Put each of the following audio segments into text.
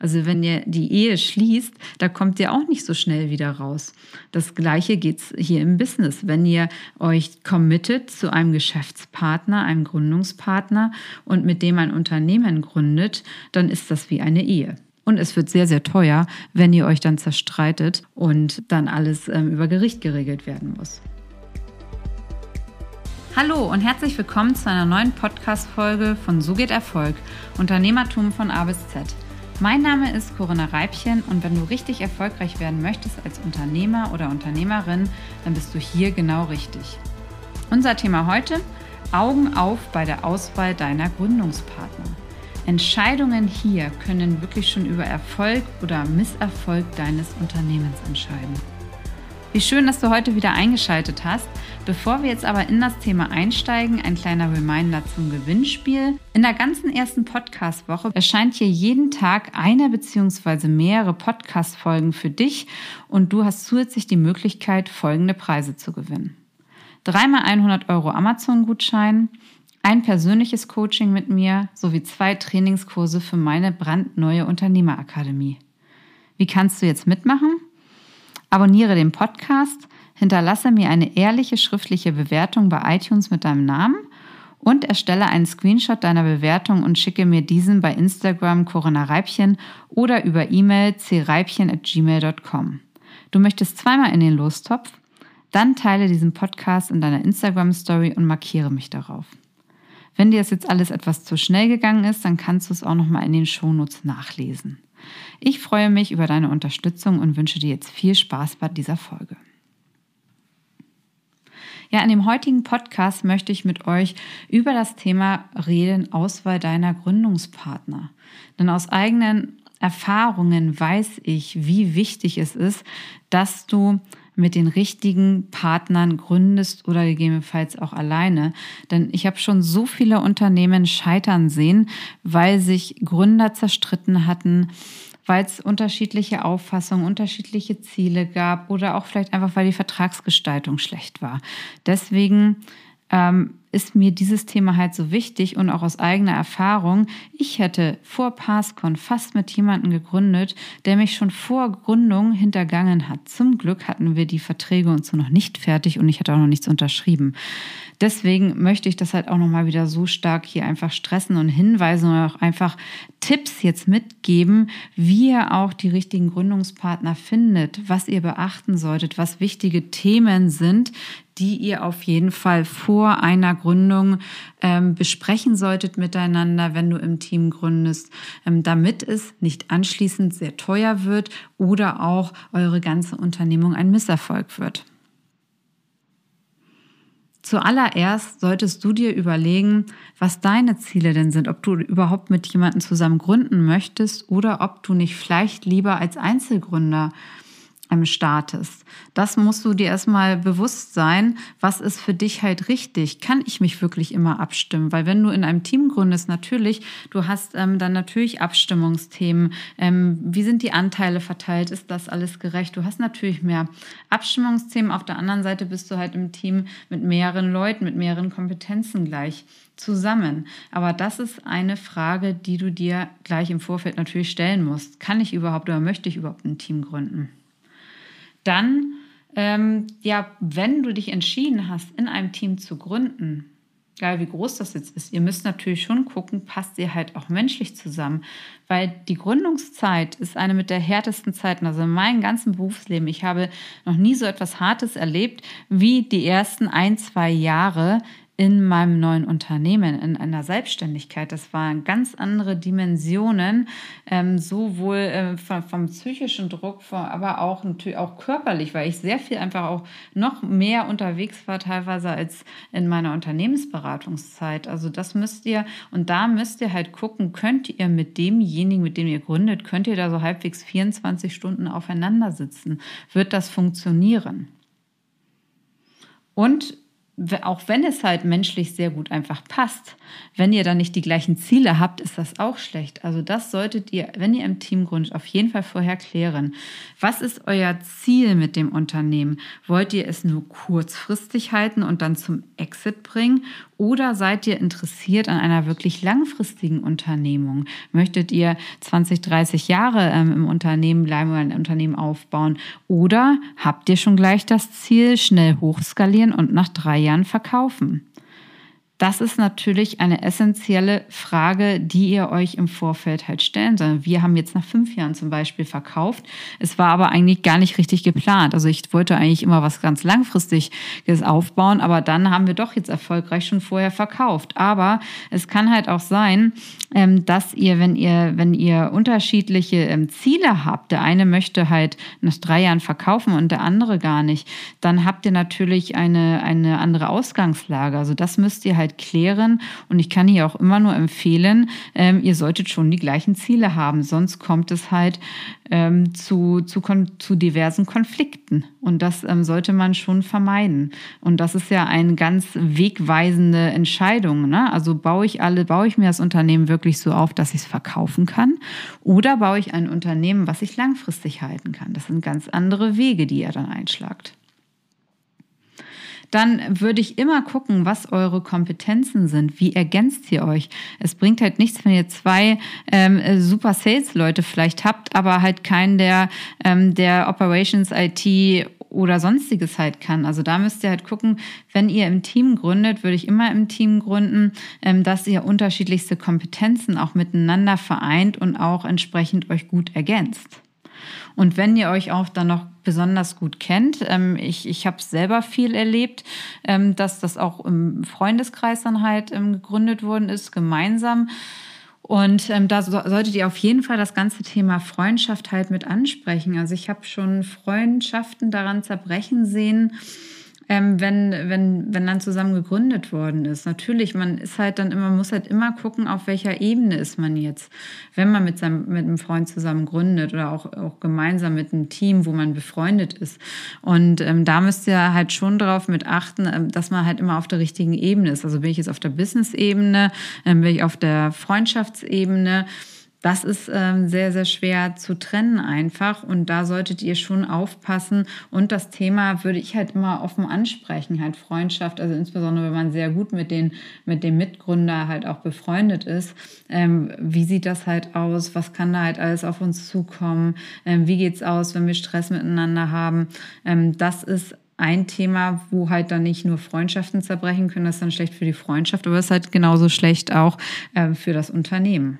Also wenn ihr die Ehe schließt, da kommt ihr auch nicht so schnell wieder raus. Das Gleiche geht's hier im Business. Wenn ihr euch committet zu einem Geschäftspartner, einem Gründungspartner und mit dem ein Unternehmen gründet, dann ist das wie eine Ehe. Und es wird sehr, sehr teuer, wenn ihr euch dann zerstreitet und dann alles über Gericht geregelt werden muss. Hallo und herzlich willkommen zu einer neuen Podcast-Folge von So geht Erfolg, Unternehmertum von A bis Z. Mein Name ist Corinna Reibchen und wenn du richtig erfolgreich werden möchtest als Unternehmer oder Unternehmerin, dann bist du hier genau richtig. Unser Thema heute: Augen auf bei der Auswahl deiner Gründungspartner. Entscheidungen hier können wirklich schon über Erfolg oder Misserfolg deines Unternehmens entscheiden. Wie schön, dass du heute wieder eingeschaltet hast. Bevor wir jetzt aber in das Thema einsteigen, ein kleiner Reminder zum Gewinnspiel. In der ganzen ersten Podcast-Woche erscheint hier jeden Tag eine bzw. mehrere Podcast-Folgen für dich und du hast zusätzlich die Möglichkeit, folgende Preise zu gewinnen: 3x 100 € Amazon-Gutschein, ein persönliches Coaching mit mir sowie 2 Trainingskurse für meine brandneue Unternehmerakademie. Wie kannst du jetzt mitmachen? Abonniere den Podcast, hinterlasse mir eine ehrliche schriftliche Bewertung bei iTunes mit deinem Namen und erstelle einen Screenshot deiner Bewertung und schicke mir diesen bei Instagram Corinna Reibchen oder über E-Mail creibchen@gmail.com. Du möchtest zweimal in den Lostopf? Dann teile diesen Podcast in deiner Instagram-Story und markiere mich darauf. Wenn dir das jetzt alles etwas zu schnell gegangen ist, dann kannst du es auch nochmal in den Shownotes nachlesen. Ich freue mich über deine Unterstützung und wünsche dir jetzt viel Spaß bei dieser Folge. Ja, in dem heutigen Podcast möchte ich mit euch über das Thema reden: Auswahl deiner Gründungspartner. Denn aus eigenen Erfahrungen weiß ich, wie wichtig es ist, dass du mit den richtigen Partnern gründest oder gegebenenfalls auch alleine. Denn ich habe schon so viele Unternehmen scheitern sehen, weil sich Gründer zerstritten hatten, weil es unterschiedliche Auffassungen, unterschiedliche Ziele gab oder auch vielleicht einfach, weil die Vertragsgestaltung schlecht war. Deswegen ist mir dieses Thema halt so wichtig und auch aus eigener Erfahrung. Ich hätte vor PassCon fast mit jemandem gegründet, der mich schon vor Gründung hintergangen hat. Zum Glück hatten wir die Verträge und so noch nicht fertig und ich hatte auch noch nichts unterschrieben. Deswegen möchte ich das halt auch nochmal wieder so stark hier einfach stressen und hinweisen und auch einfach Tipps jetzt mitgeben, wie ihr auch die richtigen Gründungspartner findet, was ihr beachten solltet, was wichtige Themen sind, die ihr auf jeden Fall vor einer Gründung besprechen solltet miteinander, wenn du im Team gründest, damit es nicht anschließend sehr teuer wird oder auch eure ganze Unternehmung ein Misserfolg wird. Zuallererst solltest du dir überlegen, was deine Ziele denn sind, ob du überhaupt mit jemandem zusammen gründen möchtest oder ob du nicht vielleicht lieber als Einzelgründer startest. Das musst du dir erstmal bewusst sein, was ist für dich halt richtig. Kann ich mich wirklich immer abstimmen? Weil wenn du in einem Team gründest, natürlich, du hast dann natürlich Abstimmungsthemen. Wie sind die Anteile verteilt? Ist das alles gerecht? Du hast natürlich mehr Abstimmungsthemen. Auf der anderen Seite bist du halt im Team mit mehreren Leuten, mit mehreren Kompetenzen gleich zusammen. Aber das ist eine Frage, die du dir gleich im Vorfeld natürlich stellen musst. Kann ich überhaupt oder möchte ich überhaupt ein Team gründen? Dann, wenn du dich entschieden hast, in einem Team zu gründen, egal wie groß das jetzt ist, ihr müsst natürlich schon gucken, passt ihr halt auch menschlich zusammen, weil die Gründungszeit ist eine mit der härtesten Zeiten, also in meinem ganzen Berufsleben. Ich habe noch nie so etwas Hartes erlebt wie die ersten 1-2 Jahre in meinem neuen Unternehmen, in einer Selbstständigkeit. Das waren ganz andere Dimensionen, sowohl vom psychischen Druck, aber auch natürlich auch körperlich, weil ich sehr viel einfach auch noch mehr unterwegs war teilweise als in meiner Unternehmensberatungszeit. Also das müsst ihr halt gucken, könnt ihr mit demjenigen, mit dem ihr gründet, könnt ihr da so halbwegs 24 Stunden aufeinander sitzen? Wird das funktionieren? Und auch wenn es halt menschlich sehr gut einfach passt, wenn ihr dann nicht die gleichen Ziele habt, ist das auch schlecht. Also das solltet ihr, wenn ihr im Team gründet, auf jeden Fall vorher klären. Was ist euer Ziel mit dem Unternehmen? Wollt ihr es nur kurzfristig halten und dann zum Exit bringen? Oder seid ihr interessiert an einer wirklich langfristigen Unternehmung? Möchtet ihr 20, 30 Jahre im Unternehmen bleiben oder ein Unternehmen aufbauen? Oder habt ihr schon gleich das Ziel, schnell hochskalieren und nach 3 Jahren verkaufen? Das ist natürlich eine essentielle Frage, die ihr euch im Vorfeld halt stellen sollt. Wir haben jetzt nach 5 Jahren zum Beispiel verkauft. Es war aber eigentlich gar nicht richtig geplant. Also ich wollte eigentlich immer was ganz Langfristiges aufbauen, aber dann haben wir doch jetzt erfolgreich schon vorher verkauft. Aber es kann halt auch sein, dass ihr, wenn ihr unterschiedliche Ziele habt, der eine möchte halt nach 3 Jahren verkaufen und der andere gar nicht, dann habt ihr natürlich eine andere Ausgangslage. Also das müsst ihr halt klären. Und ich kann hier auch immer nur empfehlen, ihr solltet schon die gleichen Ziele haben, sonst kommt es halt zu diversen Konflikten. Und das sollte man schon vermeiden. Und das ist ja eine ganz wegweisende Entscheidung, ne? Also baue ich mir das Unternehmen wirklich so auf, dass ich es verkaufen kann? Oder baue ich ein Unternehmen, was ich langfristig halten kann? Das sind ganz andere Wege, die ihr dann einschlagt. Dann würde ich immer gucken, was eure Kompetenzen sind. Wie ergänzt ihr euch? Es bringt halt nichts, wenn ihr 2 super Sales-Leute vielleicht habt, aber halt keinen, der Operations, IT oder Sonstiges halt kann. Also da müsst ihr halt gucken, wenn ihr im Team gründet, würde ich immer im Team gründen, dass ihr unterschiedlichste Kompetenzen auch miteinander vereint und auch entsprechend euch gut ergänzt. Und wenn ihr euch auch dann noch besonders gut kennt, ich habe selber viel erlebt, dass das auch im Freundeskreis dann halt gegründet worden ist, gemeinsam. Und da solltet ihr auf jeden Fall das ganze Thema Freundschaft halt mit ansprechen. Also ich habe schon Freundschaften daran zerbrechen sehen, wenn dann zusammen gegründet worden ist. Natürlich, man muss halt immer gucken, auf welcher Ebene ist man jetzt. Wenn man mit einem Freund zusammen gründet oder auch gemeinsam mit einem Team, wo man befreundet ist. Und da müsst ihr halt schon darauf mit achten, dass man halt immer auf der richtigen Ebene ist. Also bin ich jetzt auf der Business-Ebene, bin ich auf der Freundschaftsebene. Das ist sehr, sehr schwer zu trennen einfach und da solltet ihr schon aufpassen und das Thema würde ich halt immer offen ansprechen, halt Freundschaft, also insbesondere wenn man sehr gut mit dem Mitgründer halt auch befreundet ist. Wie sieht das halt aus? Was kann da halt alles auf uns zukommen? Wie geht's aus, wenn wir Stress miteinander haben? Das ist ein Thema, wo halt dann nicht nur Freundschaften zerbrechen können, das ist dann schlecht für die Freundschaft, aber es ist halt genauso schlecht auch für das Unternehmen.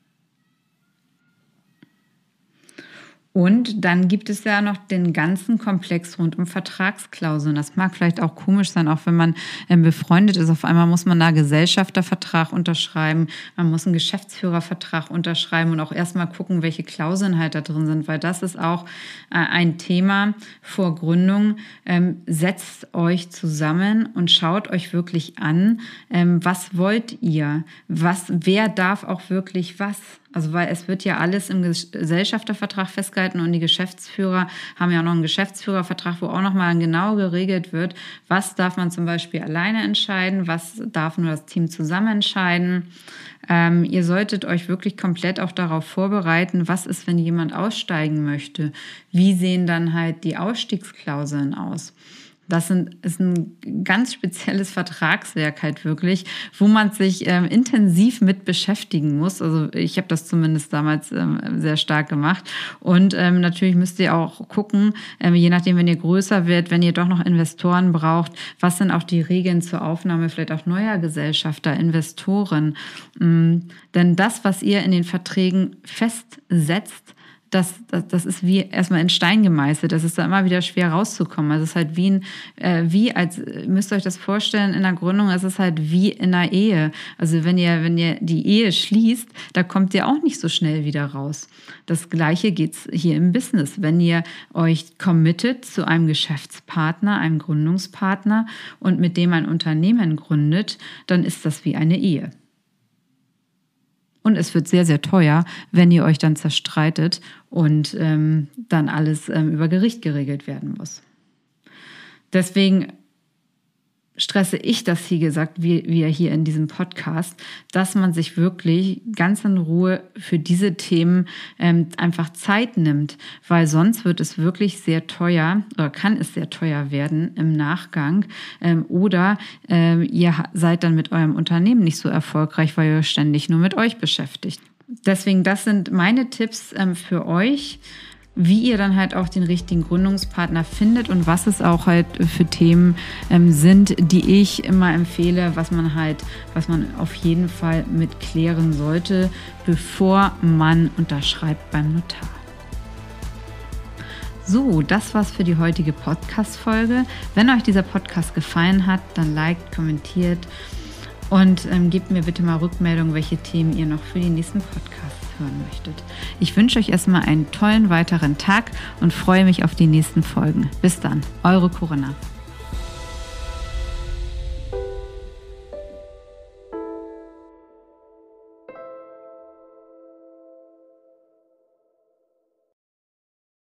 Und dann gibt es ja noch den ganzen Komplex rund um Vertragsklauseln. Das mag vielleicht auch komisch sein, auch wenn man befreundet ist. Auf einmal muss man da Gesellschaftervertrag unterschreiben, man muss einen Geschäftsführervertrag unterschreiben und auch erstmal gucken, welche Klauseln halt da drin sind, weil das ist auch ein Thema vor Gründung. Setzt euch zusammen und schaut euch wirklich an, was wollt ihr? Wer darf auch wirklich was? Also weil es wird ja alles im Gesellschaftervertrag festgehalten und die Geschäftsführer haben ja auch noch einen Geschäftsführervertrag, wo auch nochmal genau geregelt wird, was darf man zum Beispiel alleine entscheiden, was darf nur das Team zusammen entscheiden. Ihr solltet euch wirklich komplett auch darauf vorbereiten, was ist, wenn jemand aussteigen möchte. Wie sehen dann halt die Ausstiegsklauseln aus? Das ist ein ganz spezielles Vertragswerk halt wirklich, wo man sich intensiv mit beschäftigen muss. Also ich habe das zumindest damals sehr stark gemacht. Und natürlich müsst ihr auch gucken, je nachdem, wenn ihr größer wird, wenn ihr doch noch Investoren braucht, was sind auch die Regeln zur Aufnahme vielleicht auch neuer Gesellschafter, Investoren. Denn das, was ihr in den Verträgen festsetzt, das ist wie erstmal in Stein gemeißelt. Das ist da immer wieder schwer rauszukommen. Also es ist halt müsst ihr euch das vorstellen, in der Gründung, es ist halt wie in einer Ehe. Also wenn ihr die Ehe schließt, da kommt ihr auch nicht so schnell wieder raus. Das Gleiche geht's hier im Business. Wenn ihr euch committet zu einem Geschäftspartner, einem Gründungspartner und mit dem ein Unternehmen gründet, dann ist das wie eine Ehe. Und es wird sehr, sehr teuer, wenn ihr euch dann zerstreitet und dann alles über Gericht geregelt werden muss. Deswegen stresse ich das, wie gesagt, wie hier in diesem Podcast, dass man sich wirklich ganz in Ruhe für diese Themen einfach Zeit nimmt, weil sonst wird es wirklich sehr teuer oder kann es sehr teuer werden im Nachgang oder ihr seid dann mit eurem Unternehmen nicht so erfolgreich, weil ihr ständig nur mit euch beschäftigt. Deswegen, das sind meine Tipps für euch, wie ihr dann halt auch den richtigen Gründungspartner findet und was es auch halt für Themen sind, die ich immer empfehle, was man auf jeden Fall mit klären sollte, bevor man unterschreibt beim Notar. So, das war's für die heutige Podcast-Folge. Wenn euch dieser Podcast gefallen hat, dann liked, kommentiert und gebt mir bitte mal Rückmeldung, welche Themen ihr noch für die nächsten Podcasts hören möchtet. Ich wünsche euch erstmal einen tollen weiteren Tag und freue mich auf die nächsten Folgen. Bis dann, eure Corinna.